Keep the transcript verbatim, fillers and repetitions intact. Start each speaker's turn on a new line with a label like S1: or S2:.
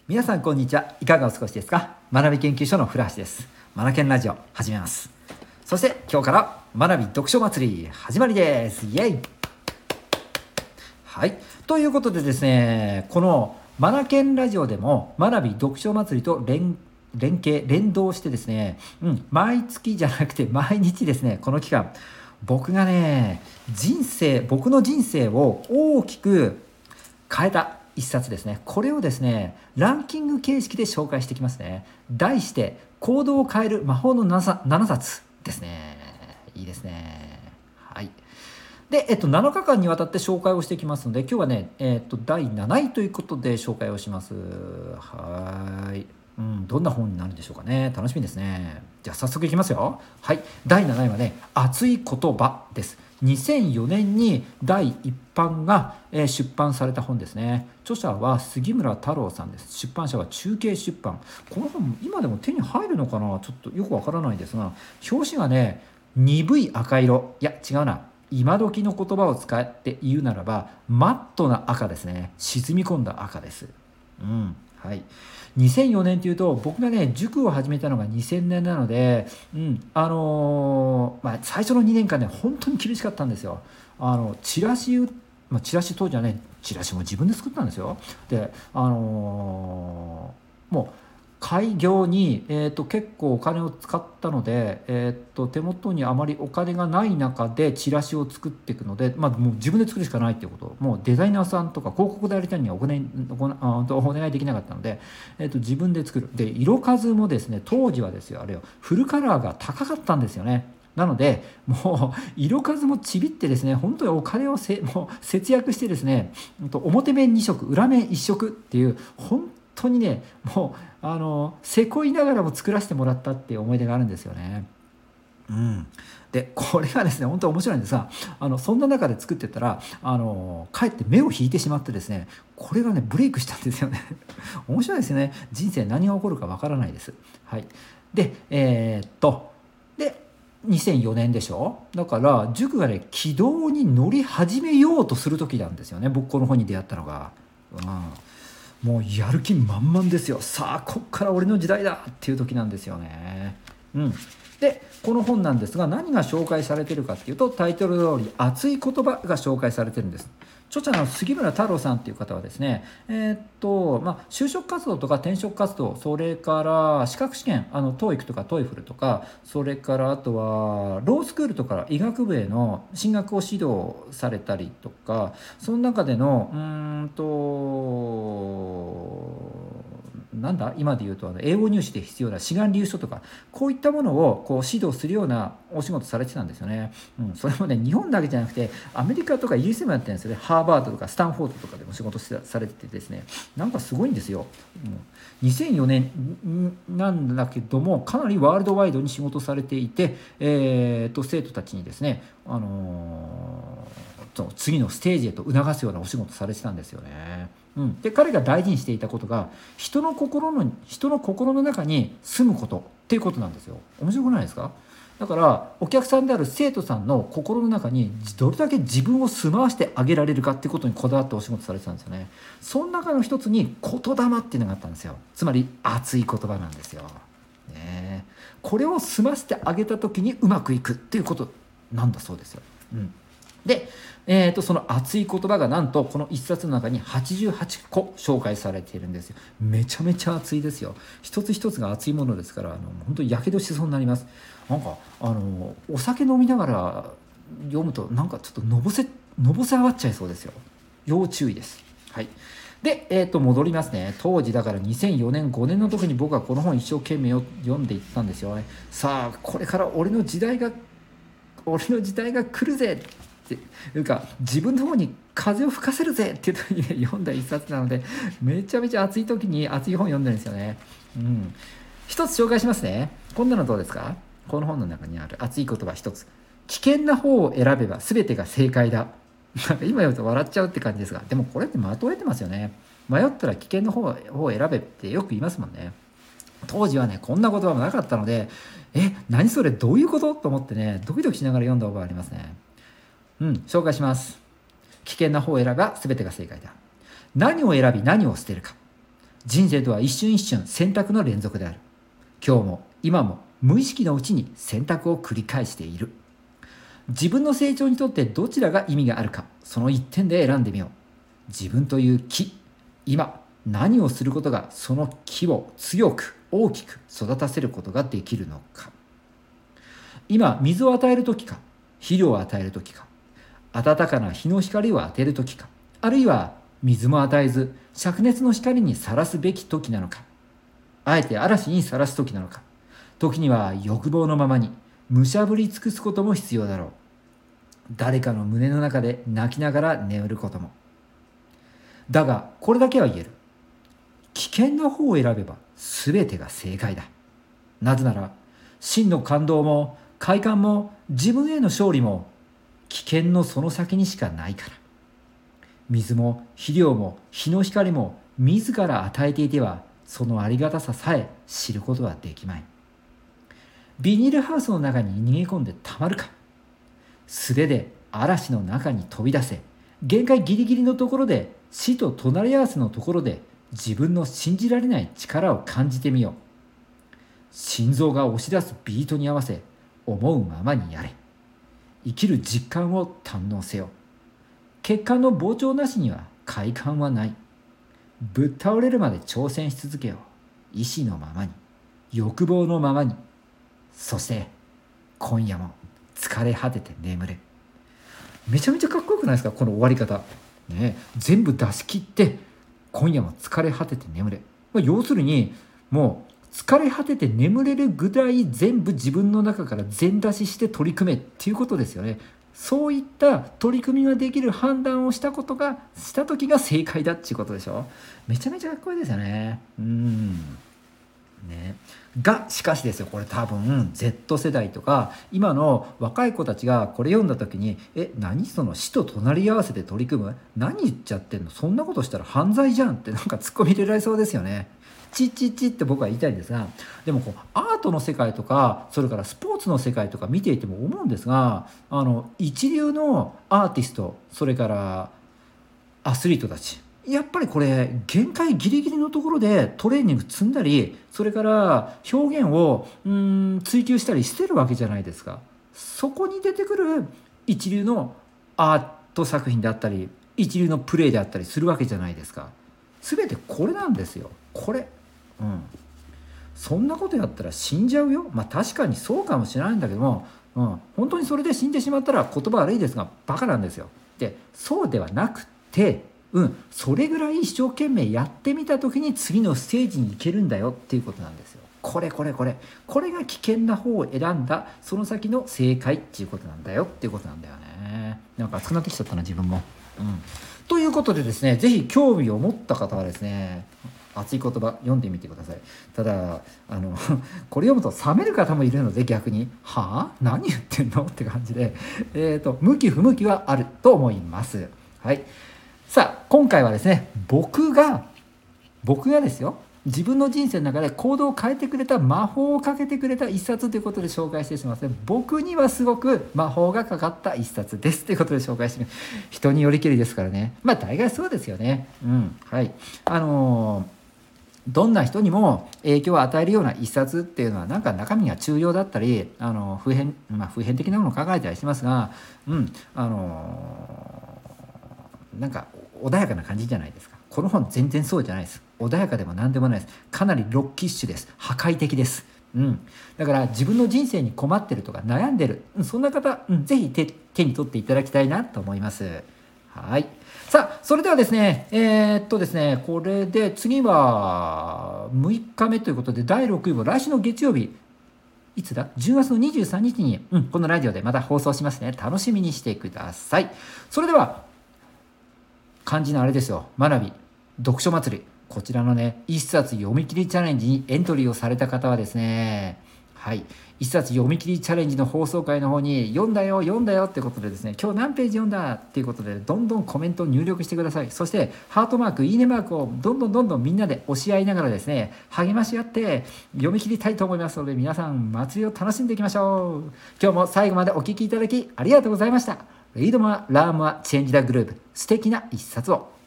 S1: 皆さんこんにちは。いかがお過ごしですか？学び研究所の古橋です。学研ラジオ始めます。そして今日から学び読書祭り始まりです。イエイ。はい、ということでですね、この学研ラジオでも学び読書祭りと連連携連動してですね、うん、毎月じゃなくて毎日ですね、この期間僕がね人生僕の人生を大きく変えた一冊ですね。これをですねランキング形式で紹介してきますね。題して行動を変える魔法の なな, さつですね。いいですね。はい。で、えっと、なのかかんにわたって紹介をしていきますので、今日はね、えっと、だいなないということで紹介をします。はい。うん、どんな本になるんでしょうかね。楽しみですね。じゃあ早速いきますよ。はい。だいなないはね、熱い言葉です。にせんよねんにだいいっぱんが、えー、出版された本ですね。著者は杉村太郎さんです。出版社は中継出版。この本今でも手に入るのかな、ちょっとよくわからないですが、表紙がね鈍い赤色、いや違うな、今時の言葉を使って言うならばマットな赤ですね。沈み込んだ赤です。うん、はい。にせんよねんというと僕がね塾を始めたのがにせんねんなので、うん、あのーまあ、最初のにねんかんね本当に厳しかったんですよ。あのチラシ、まあ、チラシ当時はねチラシも自分で作ったんですよ。で、あのーもう開業に、えー、と結構お金を使ったので、えー、と手元にあまりお金がない中でチラシを作っていくので、まあ、もう自分で作るしかないっていうこと、もうデザイナーさんとか広告代理店にはお金お願いできなかったので、えー、と自分で作る。で色数もですね当時はですよ、あれよフルカラーが高かったんですよね。なのでもう色数もちびってですね、本当にお金をせもう節約してですね、表面にしょく裏面いっしょくっていう本当にねもうあのせこいながらも作らせてもらったっていう思い出があるんですよね。うん、でこれがですね本当に面白いんですが、あのそんな中で作ってたらあのかえって目を引いてしまってですね、これがねブレイクしたんですよね。面白いですよね。人生何が起こるかわからないです。はい。でえー、っとでにせんよねんでしょ。だから塾がね軌道に乗り始めようとする時なんですよね。僕この本に出会ったのが。うんもうやる気満々ですよ。さあこっから俺の時代だっていう時なんですよね。うん、でこの本なんですが何が紹介されているかっていうと、タイトル通り熱い言葉が紹介されてるんです。著者の杉村太郎さんっていう方はですね、えー、っとまあ、就職活動とか転職活動、それから資格試験、あの トーイック とか トイフル とか、それからあとはロースクールとか医学部への進学を指導されたりとか、その中でのうーんとなんだ今で言うとあの英語入試で必要な志願理由書とか、こういったものをこう指導するようなお仕事されてたんですよね。うん、それもね日本だけじゃなくてアメリカとかイギリスでもやってるんですよね。ハーバードとかスタンフォードとかでも仕事されててですね、なんかすごいんですよ。うん、にせんよねんなんだけどもかなりワールドワイドに仕事されていて、えー、と生徒たちにですね、あのー、次のステージへと促すようなお仕事されてたんですよね。うん、で彼が大事にしていたことが人の心の人の心の中に住むことっていうことなんですよ。面白くないですか？だからお客さんである生徒さんの心の中にどれだけ自分を住まわしてあげられるかっていうことにこだわってお仕事されてたんですよね。その中の一つに言霊っていうのがあったんですよ。つまり熱い言葉なんですよ。ね、これを済ませてあげた時にうまくいくっていうことなんだそうですよ。うん、で、えー、とその熱い言葉がなんとこの一冊の中にはちじゅうはちこ紹介されているんですよ。めちゃめちゃ熱いですよ。一つ一つが熱いものですから、あの本当にやけどしそうになります。なんかあのお酒飲みながら読むとなんかちょっとのぼせのぼせ上がっちゃいそうですよ。要注意です。はい。で、えー、と戻りますね。当時だからにせんよねんごねんの時に僕はこの本一生懸命読んでいったんですよね。さあこれから俺の時代が俺の時代が来るぜっていうか、自分の方に風を吹かせるぜっていう時に、ね、読んだ一冊なので、めちゃめちゃ熱い時に熱い本読んでるんですよね。うん、一つ紹介しますね。こんなのどうですか？この本の中にある熱い言葉一つ。危険な方を選べば全てが正解だ。なんか今言うと笑っちゃうって感じですが、でもこれってまとえてますよね。迷ったら危険な方を選べってよく言いますもんね。当時はねこんな言葉もなかったので、え何それどういうことと思ってねドキドキしながら読んだ覚えありますね。うん、紹介します。危険な方を選べば全てが正解だ。何を選び何を捨てるか。 人生とは一瞬一瞬選択の連続である。今日も今も無意識のうちに選択を繰り返している。自分の成長にとってどちらが意味があるか、その一点で選んでみよう。自分という木、今何をすることがその木を強く大きく育たせることができるのか。今水を与える時か、肥料を与える時か、暖かな日の光を当てる時か、あるいは水も与えず灼熱の光にさらすべき時なのか、あえて嵐にさらす時なのか、時には欲望のままにむしゃぶり尽くすことも必要だろう。誰かの胸の中で泣きながら眠ることも。だがこれだけは言える。危険な方を選べば全てが正解だ。なぜなら真の感動も快感も自分への勝利も危険のその先にしかないから。水も肥料も日の光も自ら与えていてはそのありがたささえ知ることはできまい。ビニールハウスの中に逃げ込んでたまるか。素手で嵐の中に飛び出せ。限界ギリギリのところで死と隣り合わせのところで自分の信じられない力を感じてみよう。心臓が押し出すビートに合わせ思うままにやれ。生きる実感を堪能せよ。血管の膨張なしには快感はない。ぶっ倒れるまで挑戦し続けよう。意志のままに、欲望のままに。そして今夜も疲れ果てて眠れ。めちゃめちゃかっこよくないですか、この終わり方、ね、全部出し切って今夜も疲れ果てて眠れ、まあ、要するにもう疲れ果てて眠れるぐらい全部自分の中から全出しして取り組めっていうことですよね。そういった取り組みができる判断をしたことがした時が正解だっていうことでしょ。めちゃめちゃかっこいいですよね。うんね、がしかしですよ、これ多分 Z 世代とか今の若い子たちがこれ読んだ時に「え何その死と隣り合わせで取り組む、何言っちゃってんの、そんなことしたら犯罪じゃん」ってなんかツッコミ入れられそうですよね。チッチッチッって僕は言いたいんですが、でもこうアートの世界とかそれからスポーツの世界とか見ていても思うんですが、あの一流のアーティスト、それからアスリートたち、やっぱりこれ限界ギリギリのところでトレーニング積んだり、それから表現をうーん追求したりしてるわけじゃないですか。そこに出てくる一流のアート作品であったり一流のプレーであったりするわけじゃないですか。全てこれなんですよ、これ。うん、そんなことやったら死んじゃうよ。まあ確かにそうかもしれないんだけども、うん、本当にそれで死んでしまったら言葉悪いですがバカなんですよ。でそうではなくて、うん、それぐらい一生懸命やってみた時に次のステージに行けるんだよっていうことなんですよ。これこれこれこれが危険な方を選んだその先の正解っていうことなんだよっていうことなんだよね。なんか熱くなってきちゃったな自分も。うん、ということでですね、ぜひ興味を持った方はですね、熱い言葉読んでみてください。ただあのこれ読むと冷める方もいるので、逆に「はあ何言ってんの?」って感じで、えーと向き不向きはあると思います。はい、さあ今回はですね、僕が僕がですよ、自分の人生の中で行動を変えてくれた、魔法をかけてくれた一冊ということで紹介してしまいます。僕にはすごく魔法がかかった一冊ですということで紹介してみます。人によりけりですからね。まあ大概そうですよね。うんはいあのーどんな人にも影響を与えるような一冊っていうのはなんか中身が中庸だったり、あの普遍、まあ、普遍的なものを考えたりしますが、うんあのーなんか穏やかな感じじゃないですか。この本全然そうじゃないです。穏やかでも何でもないです。かなりロッキッシュです。破壊的です。うん、だから自分の人生に困ってるとか悩んでる、うん、そんな方、うん、ぜひ 手, 手に取っていただきたいなと思います。はい。さあ、それではですね、えー、っとですね、これで次はむいかめということで、だいろくいも来週の月曜日、いつだ ?じゅうがつのにじゅうさんにちに、うん、このラジオでまた放送しますね。楽しみにしてください。それでは、漢字のあれですよ、学び、読書祭り、こちらのね、一冊読み切りチャレンジにエントリーをされた方はですね、はい、一冊読み切りチャレンジの放送回の方に読んだよ読んだよってことでですね、今日何ページ読んだっていうことでどんどんコメントを入力してください。そしてハートマーク、いいねマークをどんどんどんどんみんなで押し合いながらですね、励まし合って読み切りたいと思いますので、皆さん祭りを楽しんでいきましょう。今日も最後までお聞きいただきありがとうございました。リードモアラームアチェンジダグループ、素敵な一冊を。